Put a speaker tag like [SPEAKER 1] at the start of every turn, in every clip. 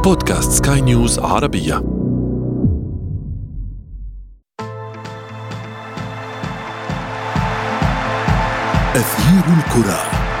[SPEAKER 1] بودكاست سكاي نيوز عربية. أثير الكرة.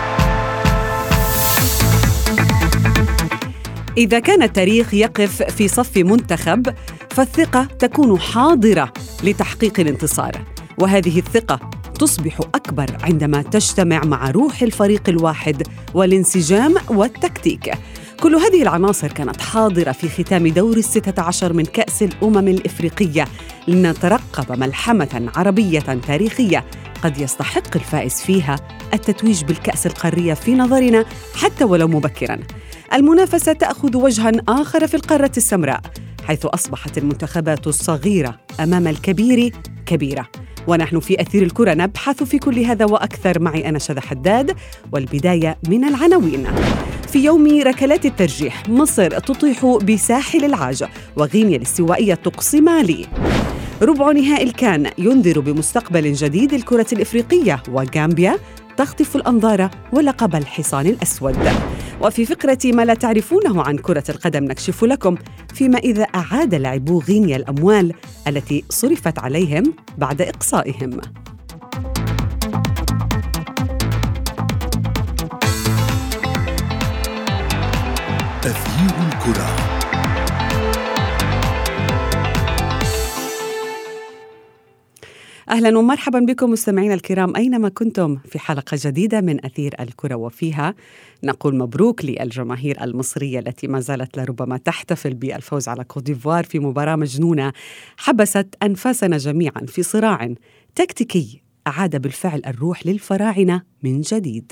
[SPEAKER 2] إذا كان التاريخ يقف في صف منتخب، فالثقة تكون حاضرة لتحقيق الانتصار، وهذه الثقة تصبح أكبر عندما تجتمع مع روح الفريق الواحد والانسجام والتكتيك. كل هذه العناصر كانت حاضرة في ختام دور 16 من كأس الأمم الإفريقية، لنترقب ملحمة عربية تاريخية قد يستحق الفائز فيها التتويج بالكأس القارية في نظرنا حتى ولو مبكراً. المنافسة تأخذ وجهاً آخر في القارة السمراء، حيث أصبحت المنتخبات الصغيرة أمام الكبير كبيرة. ونحن في أثير الكرة نبحث في كل هذا وأكثر. معي أنا شذى حداد، والبداية من العناوين. في يوم ركلات الترجيح، مصر تطيح بساحل العاج، وغينيا الاستوائية تقصي مالي. ربع نهائي الكان ينذر بمستقبل جديد الكرة الإفريقية، وغامبيا تخطف الأنظار ولقب الحصان الأسود. وفي فقرة ما لا تعرفونه عن كرة القدم نكشف لكم فيما إذا أعاد لاعبو غينيا الأموال التي صرفت عليهم بعد إقصائهم.
[SPEAKER 1] أثير الكرة.
[SPEAKER 2] أهلاً ومرحباً بكم مستمعينا الكرام أينما كنتم في حلقة جديدة من أثير الكرة، وفيها نقول مبروك للجماهير المصرية التي ما زالت لربما تحتفل بالفوز على كوت ديفوار في مباراة مجنونة حبست أنفاسنا جميعاً في صراع تكتيكي أعاد بالفعل الروح للفراعنة من جديد.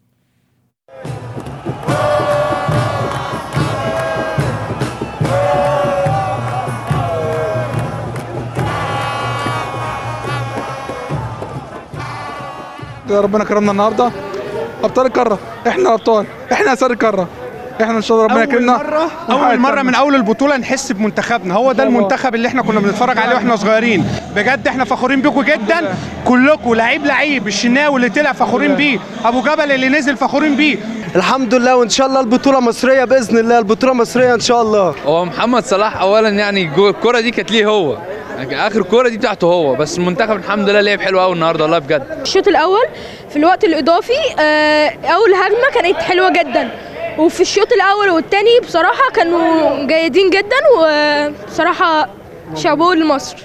[SPEAKER 3] ربنا كرمنا النهارده ابطال القاره، احنا ابطال، احنا اسر القاره، احنا ان شاء الله ربنا يكرمنا.
[SPEAKER 4] اول مره من اول البطوله نحس بمنتخبنا، هو ده المنتخب اللي احنا كنا بنتفرج عليه واحنا صغيرين. بجد احنا فخورين بيكم جدا كلكم، لعيب الشناوي اللي طلع فخورين بيه، ابو جبل اللي نزل فخورين بيه.
[SPEAKER 5] الحمد لله، وان شاء الله البطوله مصريه باذن الله، البطوله مصريه ان شاء الله.
[SPEAKER 6] هو محمد صلاح اولا يعني الكره دي كانت ليه هو، اخر كوره دي بتاعته هو، بس المنتخب الحمد لله لعب حلو قوي النهارده والله بجد.
[SPEAKER 7] الشوط الاول في الوقت الاضافي اول هجمه كانت حلوه جدا، وفي الشوط الاول والثاني بصراحه كانوا جيدين جدا، وبصراحه شابوه لمصر.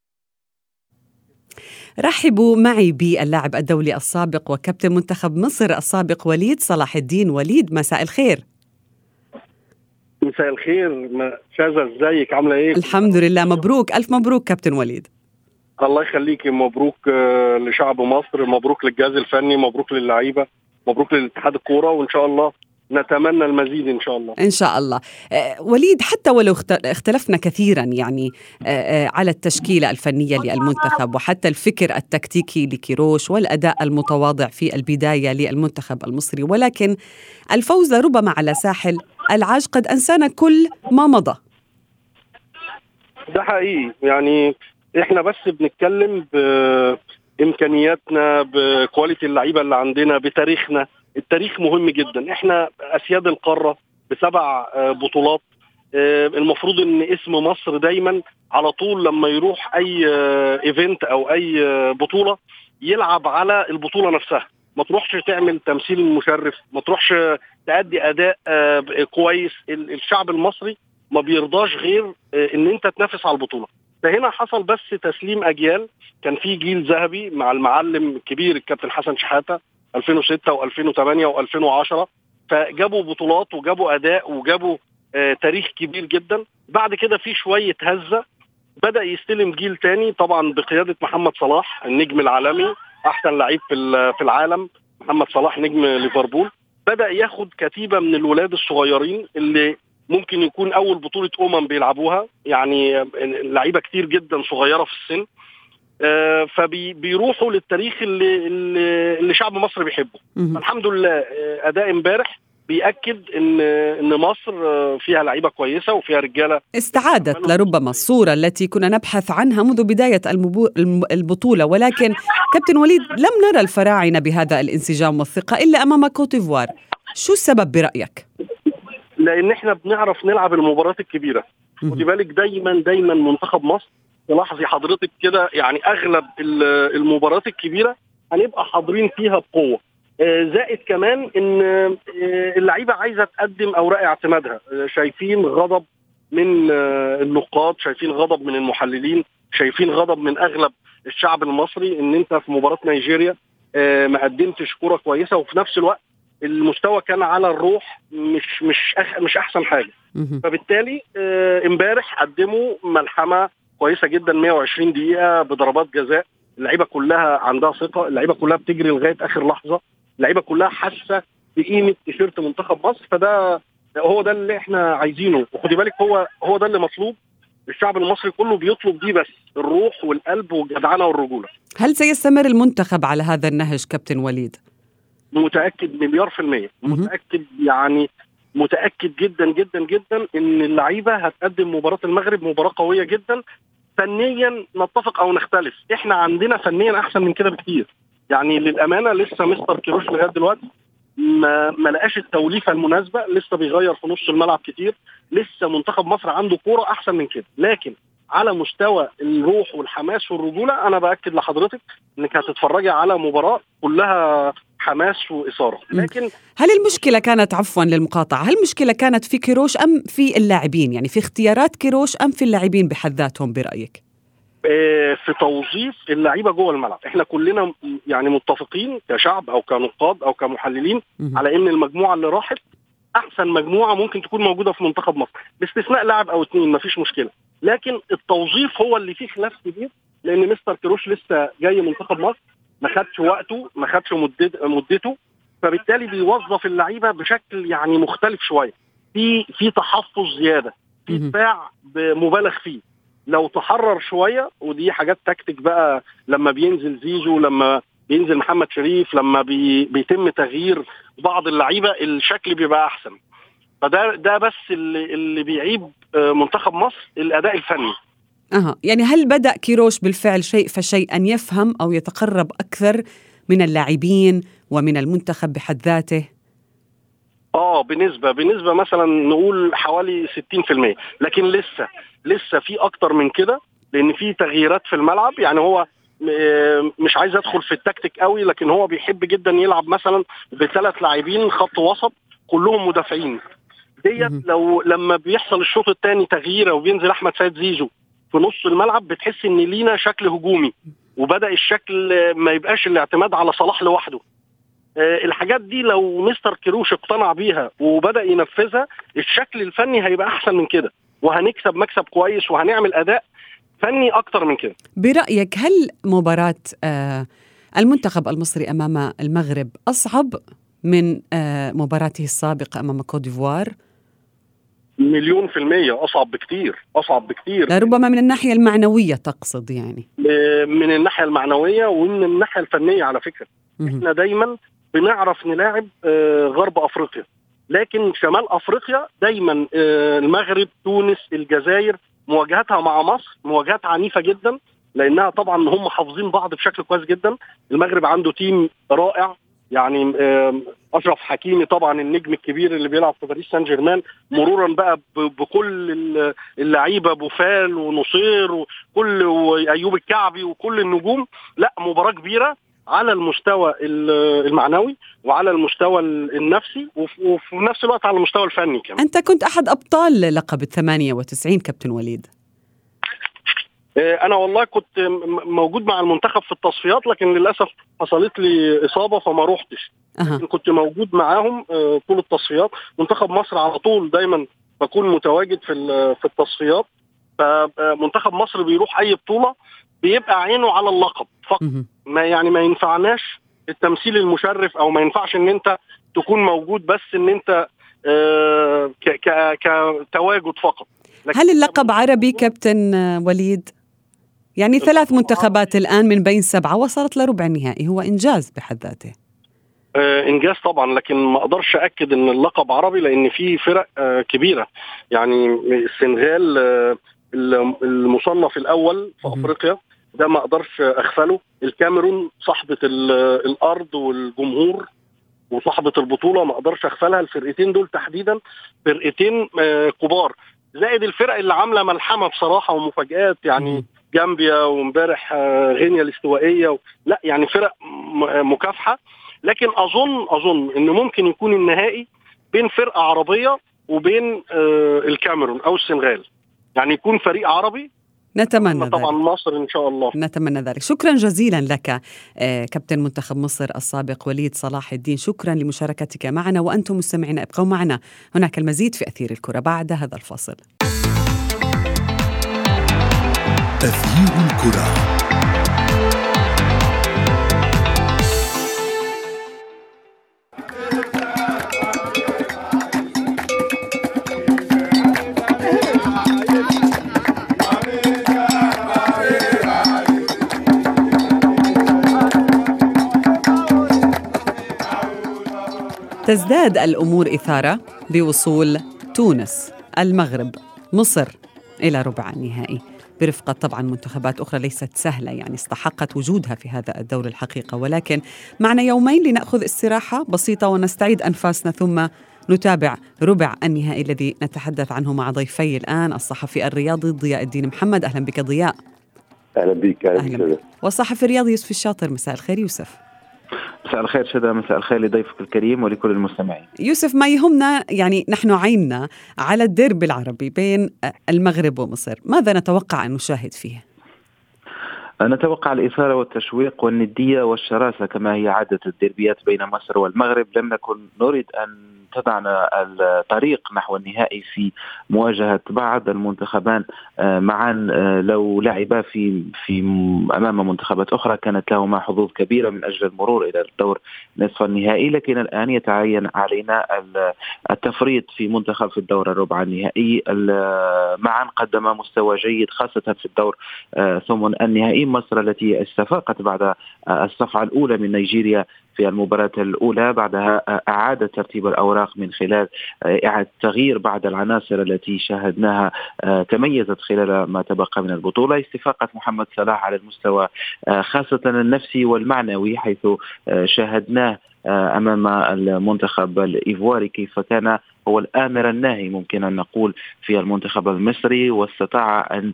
[SPEAKER 2] رحبوا معي باللاعب الدولي السابق وكابتن منتخب مصر السابق وليد صلاح الدين. وليد مساء الخير.
[SPEAKER 8] مساء الخير شاذة، ازيك عامله ايه؟
[SPEAKER 2] الحمد لله، مبروك، الف مبروك كابتن وليد.
[SPEAKER 8] الله يخليكي، مبروك لشعب مصر، مبروك للجهاز الفني، مبروك للعيبه، مبروك للاتحاد الكوره، وان شاء الله نتمنى المزيد ان شاء الله.
[SPEAKER 2] ان شاء الله. وليد، حتى ولو اختلفنا كثيرا يعني على التشكيله الفنيه للمنتخب وحتى الفكر التكتيكي لكيروش والاداء المتواضع في البدايه للمنتخب المصري، ولكن الفوز ربما على ساحل العاج قد أنسانا كل ما مضى.
[SPEAKER 8] ده حقيقي، يعني احنا بس بنتكلم بإمكانياتنا، بكواليتي اللعيبة اللي عندنا، بتاريخنا. التاريخ مهم جدا، احنا أسياد القارة ب7 بطولات. المفروض ان اسم مصر دايما على طول لما يروح اي ايفنت او اي بطولة يلعب على البطولة نفسها، ما تروحش تعمل تمثيل مشرف، ما تروحش تأدي أداء كويس. الشعب المصري ما بيرضاش غير ان انت تنافس على البطولة. فهنا حصل بس تسليم أجيال، كان في جيل ذهبي مع المعلم الكبير الكابتن حسن شحاتة 2006 و2008 و2010، فجابوا بطولات وجابوا أداء وجابوا تاريخ كبير جدا. بعد كده في شوية هزة، بدأ يستلم جيل تاني طبعا بقيادة محمد صلاح النجم العالمي، أحسن لعيب في العالم. محمد صلاح نجم ليفربول بدأ ياخد كتيبة من الولاد الصغيرين اللي ممكن يكون أول بطولة بيلعبوها، يعني لعيبة كتير جدا صغيرة في السن، فبيروحوا للتاريخ اللي شعب مصر بيحبه. الحمد لله أداء امبارح بيأكد إن مصر فيها لعيبة كويسة وفيها رجالة
[SPEAKER 2] استعادت لربما الصورة التي كنا نبحث عنها منذ بداية البطولة. ولكن كابتن وليد، لم نرى الفراعنة بهذا الانسجام والثقة إلا أمام كوت ديفوار. شو السبب برأيك؟
[SPEAKER 8] لان احنا بنعرف نلعب المباريات الكبيره. خدي بالك دايما منتخب مصر، تلاحظي حضرتك كده يعني اغلب المباريات الكبيره هنبقى حاضرين فيها بقوه. زائد كمان ان اللعيبه عايزه تقدم اوراق اعتمادها. شايفين غضب من النقاد، شايفين غضب من المحللين، شايفين غضب من اغلب الشعب المصري ان انت في مباراه نيجيريا ما قدمتش كوره كويسه، وفي نفس الوقت المستوى كان على الروح مش احسن حاجه. فبالتالي امبارح قدموا ملحمه كويسه جدا، 120 دقيقه بضربات جزاء، اللعيبه كلها عندها ثقه، اللعيبه كلها بتجري لغايه اخر لحظه، اللعيبه كلها حاسه بقيمه تيشيرت منتخب مصر. فده هو ده اللي احنا عايزينه، وخدي بالك هو ده اللي مطلوب. الشعب المصري كله بيطلب دي بس، الروح والقلب والجدعنه والرجوله.
[SPEAKER 2] هل سيستمر المنتخب على هذا النهج كابتن وليد؟
[SPEAKER 8] متاكد 100%، متاكد يعني متاكد جدا جدا جدا ان اللعيبه هتقدم مباراه المغرب مباراه قويه جدا. فنيا نتفق او نختلف، احنا عندنا فنيا احسن من كده بكتير. يعني للامانه لسه مستر كيروش لغايه دلوقتي ما لقاش التوليفه المناسبه، لسه بيغير في نص الملعب كتير، لسه منتخب مصر عنده كوره احسن من كده. لكن على مستوى الروح والحماس والرجوله انا باكد لحضرتك انك هتتفرجي على مباراه كلها حماس واثاره. لكن
[SPEAKER 2] هل المشكله كانت، عفوا للمقاطعه، هل المشكله كانت في كيروش ام في اللاعبين؟ يعني في اختيارات كيروش ام في اللاعبين بحد ذاتهم برايك؟
[SPEAKER 8] في توظيف اللعيبه جوه الملعب. احنا كلنا يعني متفقين كشعب او كنقاد او كمحللين على ان المجموعه اللي راحت احسن مجموعه ممكن تكون موجوده في منتخب مصر، باستثناء لاعب او اتنين مفيش مشكله. لكن التوظيف هو اللي فيه خلاف كبير، لان مستر كيروش لسه جاي منتخب مصر، ما خدش وقته، ما خدش مدته، فبالتالي بيوظف اللعيبه بشكل يعني مختلف شويه، في تحفظ زياده، في دفاع مبالغ فيه. لو تحرر شويه، ودي حاجات تكتيك بقى، لما بينزل زيزو، لما بينزل محمد شريف، لما بيتم تغيير بعض اللعيبه، الشكل بيبقى احسن. فده بس اللي بيعيب منتخب مصر، الاداء الفني.
[SPEAKER 2] يعني هل بدأ كيروش بالفعل شيء فشيء أن يفهم أو يتقرب أكثر من اللاعبين ومن المنتخب بحد ذاته؟
[SPEAKER 8] بنسبة مثلا نقول حوالي 60%، لكن لسه في أكتر من كده، لأن في تغييرات في الملعب. يعني هو مش عايز أدخل في التكتيك قوي، لكن هو بيحب جدا يلعب مثلا ب3 لاعبين خط وسط كلهم مدافعين. ديت لما بيحصل الشوط الثاني تغييره وبينزل أحمد سيد زيزو في نص الملعب، بتحس ان لينا شكل هجومي، وبدأ الشكل ما يبقاش الاعتماد على صلاح لوحده. الحاجات دي لو مستر كيروش اقتنع بيها وبدأ ينفذها، الشكل الفني هيبقى احسن من كده، وهنكسب مكسب كويس، وهنعمل اداء فني اكتر من كده.
[SPEAKER 2] برأيك هل مباراة المنتخب المصري امام المغرب اصعب من مباراته السابقة امام كوت ديفوار؟
[SPEAKER 8] 1,000,000% أصعب بكتير.
[SPEAKER 2] ربما من الناحية المعنوية تقصد؟ يعني
[SPEAKER 8] من الناحية المعنوية ومن الناحية الفنية على فكرة. احنا دايما بنعرف نلاعب غرب أفريقيا، لكن شمال أفريقيا دايما المغرب، تونس، الجزائر، مواجهاتها مع مصر مواجهات عنيفة جدا، لأنها طبعا هم حافظين بعض بشكل كويس جدا. المغرب عنده تيم رائع، يعني أشرف حكيمي طبعا النجم الكبير اللي بيلعب في باريس سان جيرمان، مرورا بقى بكل اللعيبة، بوفال ونصير وكل وأيوب الكعبي وكل النجوم. لا، مباراة كبيرة على المستوى المعنوي وعلى المستوى النفسي، وفي نفس الوقت على المستوى الفني كمان.
[SPEAKER 2] أنت كنت أحد أبطال لقب 98 كابتن وليد.
[SPEAKER 8] أنا والله كنت موجود مع المنتخب في التصفيات، لكن للأسف حصلت لي إصابة فما روحتش. لكن كنت موجود معاهم طول التصفيات. منتخب مصر على طول دايما بكون متواجد في التصفيات. فمنتخب مصر بيروح أي بطولة بيبقى عينه على اللقب فقط. ما ينفعناش التمثيل المشرف، أو ما ينفعش إن أنت تكون موجود بس إن أنت كتواجد فقط.
[SPEAKER 2] هل اللقب عربي كابتن وليد؟ يعني 3 منتخبات الآن من بين 7 وصلت لربع النهائي، هو إنجاز بحد ذاته.
[SPEAKER 8] إنجاز طبعا، لكن ما أقدرش أكد إن اللقب عربي، لأن في فرق كبيرة. يعني السنغال المصنف الأول في أفريقيا، ده ما أقدرش أغفله. الكاميرون صاحبة الأرض والجمهور، وصاحبه البطوله ما اقدرش اغفلها. الفرقتين دول تحديدا فرقتين كبار، زائد الفرق اللي عامله ملحمه بصراحه ومفاجآت، يعني جامبيا وامبارح غينيا الاستوائيه لا يعني فرق مكافحه. لكن اظن ان ممكن يكون النهائي بين فرقه عربيه وبين الكاميرون او السنغال، يعني يكون فريق عربي.
[SPEAKER 2] نتمنى
[SPEAKER 8] طبعا
[SPEAKER 2] ذلك.
[SPEAKER 8] مصر إن شاء الله.
[SPEAKER 2] نتمنى ذلك. شكرا جزيلا لك كابتن منتخب مصر السابق وليد صلاح الدين، شكرا لمشاركتك معنا. وأنتم مستمعين ابقوا معنا، هناك المزيد في أثير الكرة بعد هذا الفاصل.
[SPEAKER 1] أثير الكرة.
[SPEAKER 2] تزداد الأمور إثارة بوصول تونس، المغرب، مصر إلى ربع النهائي برفقة طبعا منتخبات أخرى ليست سهلة، يعني استحقت وجودها في هذا الدور الحقيقة. ولكن معنا يومين لنأخذ استراحة بسيطة ونستعيد أنفاسنا، ثم نتابع ربع النهائي الذي نتحدث عنه مع ضيفي الآن، الصحفي الرياضي ضياء الدين محمد. أهلا بك ضياء.
[SPEAKER 9] أهلا بك.
[SPEAKER 2] أهلا. والصحفي الرياضي يوسف الشاطر. مساء الخير يوسف.
[SPEAKER 9] مساء الخير شذا. مساء الخير لضيفك الكريم ولكل المستمعين.
[SPEAKER 2] يوسف، ما يهمنا يعني نحن عيننا على الديربي العربي بين المغرب ومصر، ماذا نتوقع أن نشاهد فيه؟
[SPEAKER 9] نتوقع الإثارة والتشويق والندية والشراسة كما هي عادة الديربيات بين مصر والمغرب. لم نكن نريد أن تضعنا الطريق نحو النهائي في مواجهة بعض المنتخبان معا. لو لعبا في أمام منتخبات أخرى كانت لهما حظوظ كبيرة من أجل المرور إلى الدور نصف النهائي، لكن الآن يتعين علينا التفريط في منتخب في الدور الربع النهائي. معا قدم مستوى جيد خاصة في الدور ثم النهائي. مصر التي استفاقت بعد الصفعة الأولى من نيجيريا في المباراة الأولى، بعدها أعادت ترتيب الأوراق من خلال إعادة تغيير بعض العناصر التي شاهدناها تميزت خلال ما تبقى من البطولة. استفاقة محمد صلاح على المستوى خاصة النفسي والمعنوي، حيث شاهدناه أمام المنتخب الإيفواري كيف كان هو الآمر الناهي ممكن أن نقول في المنتخب المصري، واستطاع أن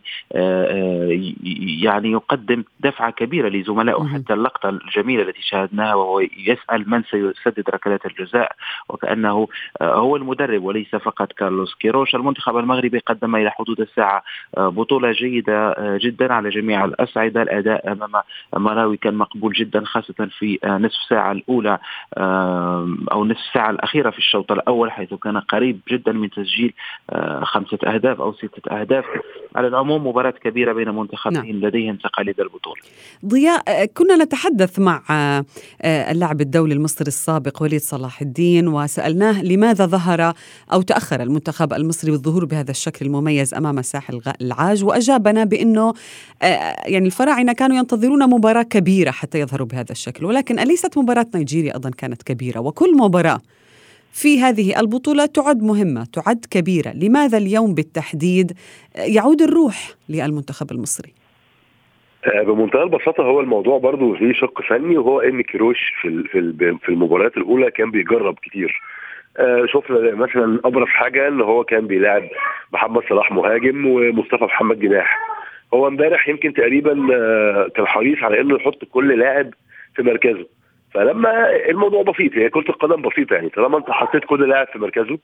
[SPEAKER 9] يعني يقدم دفعة كبيرة لزملائه. حتى اللقطة الجميلة التي شاهدناها وهو يسأل من سيسدد ركلات الجزاء وكأنه هو المدرب وليس فقط كارلوس كيروش. المنتخب المغربي قدم إلى حدود الساعة بطولة جيدة جدا على جميع الأصعدة. الأداء أمام ملاوي كان مقبول جدا خاصة في نصف ساعة الأولى أو نصف ساعة الأخيرة في الشوط الأول، حيث كان قريب جدا من تسجيل 5 أهداف أو 6 أهداف. على العموم مباراة كبيرة بين منتخبين لديهم تقاليد البطولة.
[SPEAKER 2] ضياء، كنا نتحدث مع اللاعب الدولي المصري السابق وليد صلاح الدين وسألناه لماذا ظهر أو تأخر المنتخب المصري بالظهور بهذا الشكل المميز أمام ساحل العاج، وأجابنا بأنه يعني الفراعنة كانوا ينتظرون مباراة كبيرة حتى يظهروا بهذا الشكل، ولكن أليست مباراة نيجيريا أيضا كانت كبيرة؟ وكل مباراة في هذه البطولة تعد مهمة، تعد كبيرة. لماذا اليوم بالتحديد يعود الروح للمنتخب المصري؟
[SPEAKER 10] بمنتهى البساطة هو الموضوع برضو فيه شق فني، وهو ان كيروش في المباريات الأولى كان بيجرب كتير. شفنا مثلا أبرز حاجة ان هو كان بيلاعب محمد صلاح مهاجم ومصطفى محمد جناح. هو امبارح يمكن تقريبا كان حريص على انه يحط كل لاعب في مركزه. فلما الموضوع بسيط، هي كرة القدم بسيطة، يعني طالما انت حطيت كل لاعب في مركزه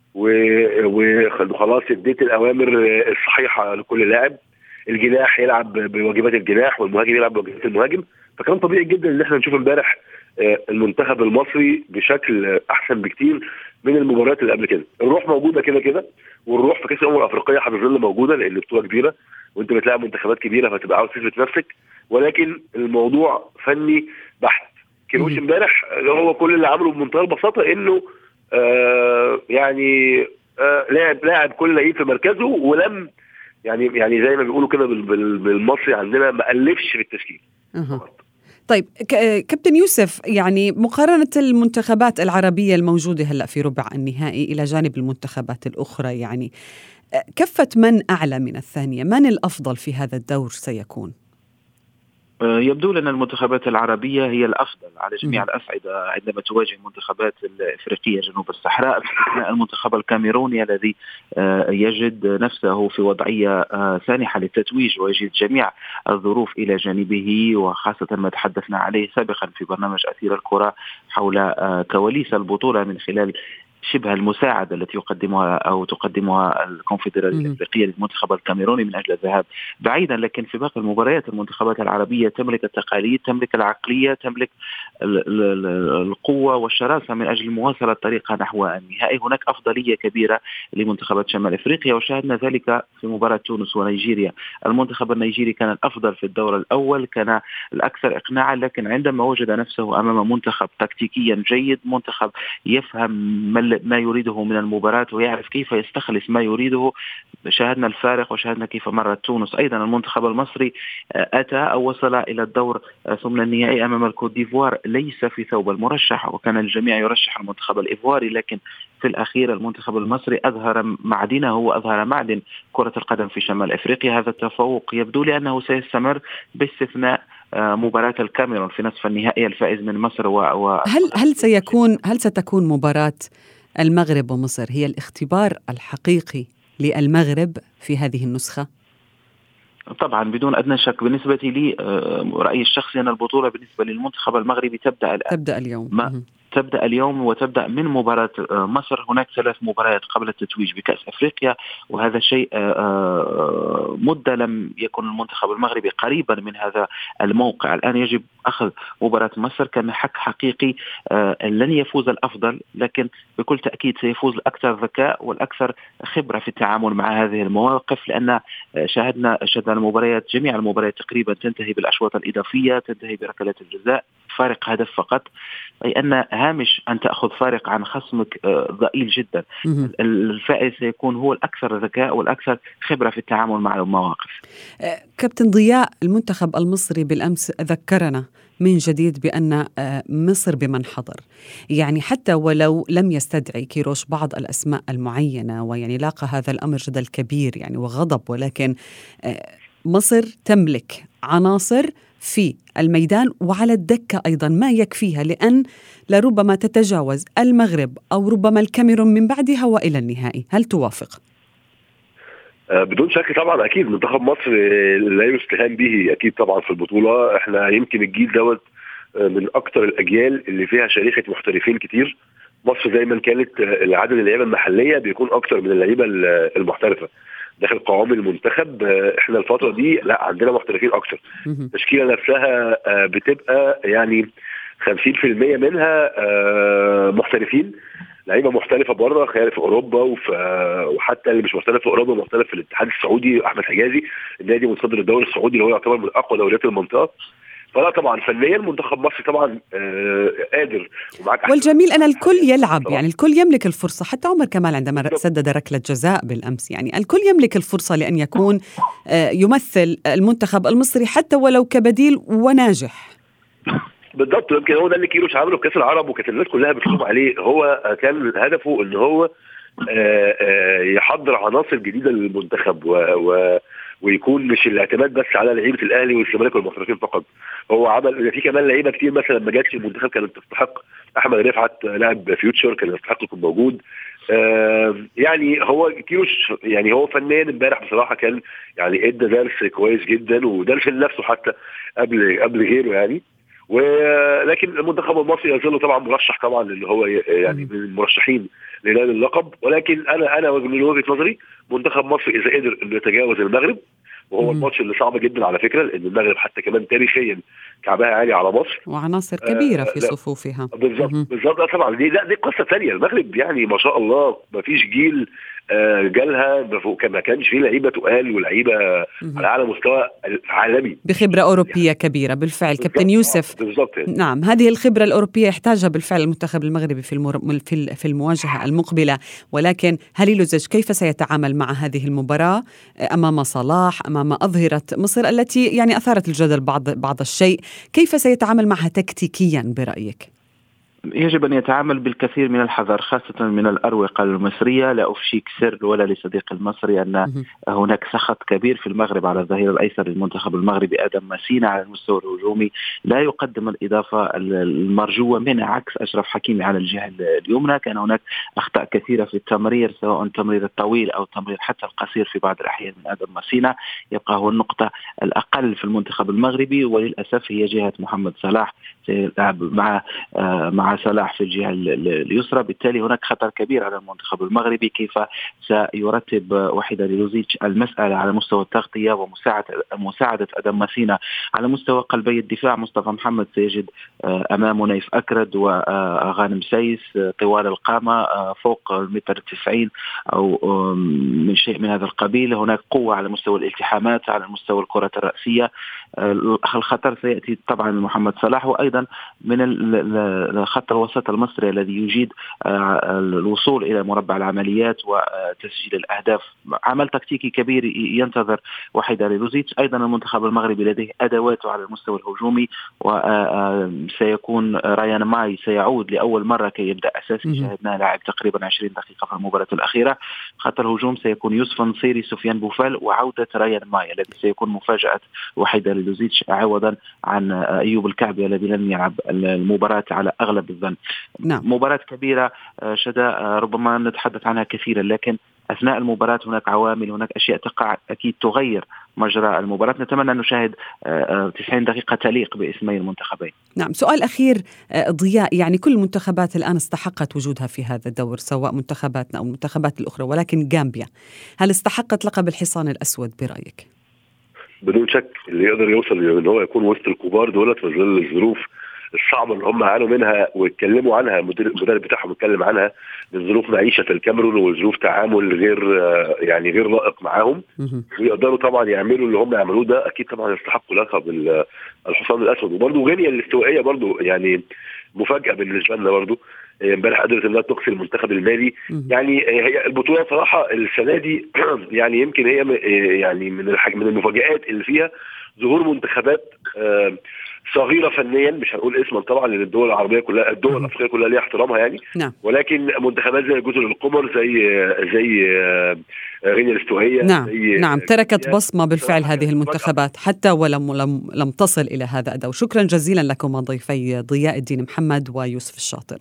[SPEAKER 10] وخلاص اديت الأوامر الصحيحة لكل لاعب، الجناح يلعب بواجبات الجناح والمهاجم يلعب بواجبات المهاجم، فكان طبيعي جدا ان احنا نشوف امبارح المنتخب المصري بشكل احسن بكتير من المباريات اللي قبل كده. الروح موجودة كده، والروح في كأس الأمم الأفريقية هتظل موجودة لأن بطولة كبيرة وانت بتلاعب منتخبات كبيرة فتبقى عاوز تثبت نفسك، ولكن الموضوع فني بحت. كيروش امبارح هو كل اللي عمله بمنتهى البساطه انه لاعب كل لعيب في مركزه، ولم يعني زي ما بيقولوا كده بالمصري عندنا ما ألفش في التشكيل.
[SPEAKER 2] طيب كابتن يوسف، يعني مقارنة المنتخبات العربية الموجودة هلأ في ربع النهائي إلى جانب المنتخبات الأخرى، يعني كفة من أعلى من الثانية؟ من الأفضل في هذا الدور سيكون؟
[SPEAKER 9] يبدو لنا المنتخبات العربية هي الأفضل على جميع الأصعدة عندما تواجه المنتخبات الإفريقية جنوب الصحراء، باستثناء المنتخب الكاميروني الذي يجد نفسه في وضعية سانحة للتتويج ويجد جميع الظروف إلى جانبه، وخاصة ما تحدثنا عليه سابقا في برنامج أثير الكرة حول كواليس البطولة من خلال شبه المساعدة التي تقدمها الكونفدرالية الأفريقية للمنتخب الكاميروني من أجل الذهاب بعيدا. لكن في باقي المباريات المنتخبات العربية تملك التقاليد، تملك العقلية، تملك القوة والشراسة من أجل مواصلة طريقها نحو النهائي. هناك أفضلية كبيرة لمنتخبات شمال أفريقيا، وشاهدنا ذلك في مباراة تونس ونيجيريا. المنتخب النيجيري كان الأفضل في الدور الأول، كان الأكثر إقناعا، لكن عندما وجد نفسه أمام منتخب تكتيكيا جيد، منتخب يفهم ما يريده من المباراة ويعرف كيف يستخلص ما يريده، شاهدنا الفارق وشاهدنا كيف مرت تونس. أيضا المنتخب المصري أتى أو وصل إلى الدور ثم النهائي أمام الكوت ديفوار ليس في ثوب المرشح، وكان الجميع يرشح المنتخب الإيفواري، لكن في الأخير المنتخب المصري أظهر معدنه وأظهر معدن كرة القدم في شمال أفريقيا. هذا التفوق يبدو لي أنه سيستمر باستثناء مباراة الكاميرون في نصف النهائي الفائز من مصر
[SPEAKER 2] هل ستكون مباراة المغرب ومصر هي الاختبار الحقيقي للمغرب في هذه النسخة؟
[SPEAKER 9] طبعا بدون أدنى شك. بالنسبة لي رأيي الشخصي أن البطولة بالنسبة للمنتخب المغربي تبدأ اليوم وتبدأ من مباراة مصر. هناك 3 مباريات قبل التتويج بكأس أفريقيا، وهذا شيء مدة لم يكن المنتخب المغربي قريبا من هذا الموقع. الآن يجب أخذ مباراة مصر كمحك حقيقي. لن يفوز الأفضل، لكن بكل تأكيد سيفوز الأكثر ذكاء والأكثر خبرة في التعامل مع هذه المواقف، لأن شاهدنا المباريات، جميع المباريات تقريبا تنتهي بالأشواط الإضافية، تنتهي بركلات الجزاء، فارق هدف فقط، أي أن هامش أن تأخذ فارق عن خصمك ضئيل جدا. الفائز سيكون هو الأكثر ذكاء والأكثر خبرة في التعامل مع المواقف.
[SPEAKER 2] كابتن ضياء، المنتخب المصري بالأمس ذكرنا من جديد بأن مصر بمن حضر، يعني حتى ولو لم يستدعي كيروش بعض الأسماء المعينة، ويعني لاقى هذا الأمر جدل كبير يعني وغضب، ولكن مصر تملك عناصر في الميدان وعلى الدكة أيضا ما يكفيها، لأن لربما تتجاوز المغرب أو ربما الكاميرون من بعدها وإلى النهائي. هل توافق؟
[SPEAKER 10] بدون شك طبعا، أكيد منتخب مصر لا يستهان به أكيد طبعا في البطولة. احنا يمكن الجيل دوت من أكتر الأجيال اللي فيها شريحة محترفين كتير. مصر دايما كانت العدد اللعيبة المحلية بيكون أكتر من اللعيبة المحترفة داخل قوام المنتخب. احنا الفترة دي لا عندنا محترفين أكتر. التشكيلة نفسها بتبقى يعني 50% منها محترفين، لعيبه محترفه بره خارج اوروبا، وحتى اللي مش محترف في اوروبا محترف في الاتحاد السعودي. احمد حجازي النادي متصدر الدوري السعودي اللي هو يعتبر من اقوى دوريات المنطقه. فلا طبعا فنيا منتخب مصر طبعا قادر ومعاك.
[SPEAKER 2] والجميل أن الكل يلعب طبعا. يعني الكل يملك الفرصة، حتى عمر كمال عندما سدد ركلة جزاء بالأمس، يعني الكل يملك الفرصة لأن يكون يمثل المنتخب المصري حتى ولو كبديل وناجح.
[SPEAKER 10] بالضبط، يمكن هو ده اللي كيروش عمله في كاس العرب، وكانت الناس كلها بتشوف عليه. هو كان هدفه ان هو يحضر عناصر جديده للمنتخب ويكون مش الاعتماد بس على لعيبه الاهلي والزمالك والمحترفين فقط. هو عمل في كمان لعيبه كتير مثلا ما جاتش المنتخب كانت تستحق. احمد رفعت لاعب فيوتشر كان يستحق يكون موجود. يعني هو كيروش يعني هو فنان امبارح بصراحه كان يعني ادى درس كويس جدا، ودرس لنفسه حتى قبل غيره يعني. ولكن المنتخب المصري يظل طبعا مرشح طبعا اللي هو يعني من المرشحين لنيل اللقب. ولكن انا من وجهه نظري منتخب مصر اذا قدر انه يتجاوز المغرب، وهو الماتش اللي صعب جدا على فكره، لان المغرب حتى كمان تاريخيا كعبها عالي على مصر
[SPEAKER 2] وعناصر كبيره في صفوفها.
[SPEAKER 10] بالظبط طبعا دي قصه ثانيه. المغرب يعني ما شاء الله ما فيش جيل جالها ما كانش فيه لعيبه تقال ولعيبه على اعلى مستوى عالمي
[SPEAKER 2] بخبره اوروبيه كبيره بالفعل. كابتن يوسف، نعم هذه الخبره الاوروبيه يحتاجها بالفعل المنتخب المغربي في المواجهه المقبله. ولكن هليل زج كيف سيتعامل مع هذه المباراه امام صلاح، امام اظهره مصر التي يعني اثارت الجدل بعض الشيء؟ كيف سيتعامل معها تكتيكيا برايك؟
[SPEAKER 9] يجب أن يتعامل بالكثير من الحذر خاصة من الأروقة المصرية. لا أفشيك سر ولا لصديق المصري أن هناك سخط كبير في المغرب على الظهير الأيسر للمنتخب المغربي آدم ماسينا على المستوى الهجومي، لا يقدم الإضافة المرجوة منه عكس أشرف حكيمي على الجهة اليمنى. كان هناك أخطاء كثيرة في التمرير، سواء التمرير الطويل أو التمرير حتى القصير في بعض الأحيان من آدم ماسينا. يبقى هو النقطة الأقل في المنتخب المغربي، وللأسف هي جهة محمد صلاح، سيلعب مع صلاح في الجهة اليسرى. بالتالي هناك خطر كبير على المنتخب المغربي كيف سيرتب وحيد ليلوزيتش المسألة على مستوى التغطية ومساعدة آدم ماسينا على مستوى قلبي الدفاع. مصطفى محمد سيجد أمامه نايف أكرد وغانم سايس طوال القامة فوق 190 أو من شيء من هذا القبيل. هناك قوة على مستوى الالتحامات، على مستوى الكرة الرأسية. الخطر سيأتي طبعا من محمد صلاح، وأيضا من خط الوسط المصري الذي يجيد الوصول إلى مربع العمليات وتسجيل الأهداف. عمل تكتيكي كبير ينتظر وحيد ليلوزيتش. أيضا المنتخب المغربي لديه أدواته على المستوى الهجومي، وسيكون رايان ماي سيعود لأول مرة كي يبدأ أساسي. شاهدناه لاعب تقريبا 20 دقيقة في المباراة الأخيرة. خط الهجوم سيكون يوسف نصيري، سفيان بوفال، وعودة رايان ماي الذي سيكون مفاجأة وحيد ليلوزيتش عوضا عن أيوب الكعبي الذي لم يلعب المباراة على أغلب الظن. مباراة كبيرة شدا ربما نتحدث عنها كثيرا، لكن أثناء المباراة هناك عوامل، هناك أشياء تقع أكيد تغير مجرى المباراة. نتمنى أن نشاهد 90 دقيقة تليق باسمي المنتخبين.
[SPEAKER 2] نعم، سؤال أخير ضياء، يعني كل المنتخبات الآن استحقت وجودها في هذا الدور، سواء منتخباتنا أو المنتخبات الأخرى، ولكن غامبيا هل استحقت لقب الحصان الأسود برأيك؟
[SPEAKER 10] بدون شك اللي يقدر يوصل ان هو يكون وسط الكبار دولت في ظل الظروف الصعبه اللي هم عانوا منها واتكلموا عنها، المدرب بتاعهم اتكلم عنها، من ظروف معيشه في الكاميرون وظروف تعامل غير لائق معاهم، ويقدروا طبعا يعملوا اللي هم يعملوه ده. اكيد طبعا يستحقوا لقب الحصان الاسود. وبرده غينيا الاستوائيه برده يعني مفاجاه بالنسبه لنا برده، امبارح قدرت انها تقصي المنتخب المالي. يعني هي البطوله صراحه السنه دي يعني يمكن هي يعني من المفاجآت اللي فيها ظهور منتخبات صغيره فنيا، مش هنقول اسما طبعا لان الدول العربيه كلها، الدول الافريقيه كلها ليها احترامها يعني. ولكن منتخبات زي جزر القمر، زي غينيا الاستوائيه،
[SPEAKER 2] نعم تركت بصمه بالفعل هذه المنتخبات حتى ولم تصل الى هذا الدور. شكرا جزيلا لكم ضيفي ضياء الدين محمد ويوسف الشاطر.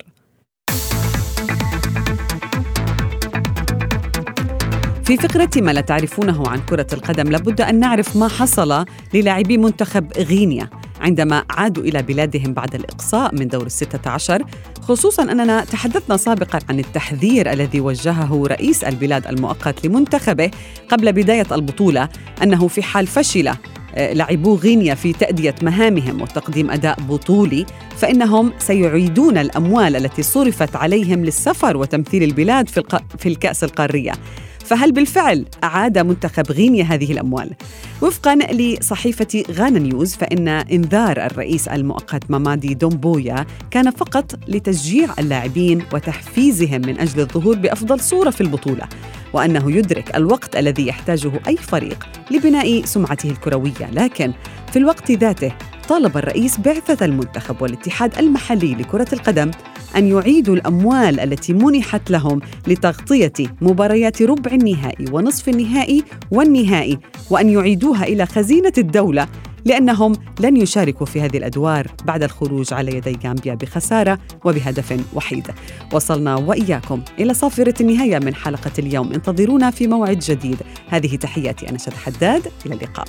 [SPEAKER 2] في فقرة ما لا تعرفونه عن كرة القدم، لابد أن نعرف ما حصل للاعبي منتخب غينيا عندما عادوا إلى بلادهم بعد الإقصاء من دور 16، خصوصاً أننا تحدثنا سابقاً عن التحذير الذي وجهه رئيس البلاد المؤقت لمنتخبه قبل بداية البطولة، أنه في حال فشل لاعبو غينيا في تأدية مهامهم وتقديم أداء بطولي فإنهم سيعيدون الأموال التي صرفت عليهم للسفر وتمثيل البلاد في الكأس القارية. فهل بالفعل أعاد منتخب غينيا هذه الأموال؟ وفقاً لصحيفة غانا نيوز فإن إنذار الرئيس المؤقت مامادي دومبويا كان فقط لتشجيع اللاعبين وتحفيزهم من أجل الظهور بأفضل صورة في البطولة، وأنه يدرك الوقت الذي يحتاجه أي فريق لبناء سمعته الكروية. لكن في الوقت ذاته طالب الرئيس بعثة المنتخب والاتحاد المحلي لكرة القدم أن يعيدوا الأموال التي منحت لهم لتغطية مباريات ربع النهائي ونصف النهائي والنهائي، وأن يعيدوها إلى خزينة الدولة، لأنهم لن يشاركوا في هذه الأدوار بعد الخروج على يدي غامبيا بخسارة وبهدف وحيد. وصلنا وإياكم إلى صافرة النهاية من حلقة اليوم، انتظرونا في موعد جديد. هذه تحياتي أنا شد حداد، إلى اللقاء.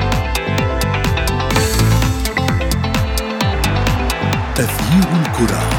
[SPEAKER 1] تغيير الكرة.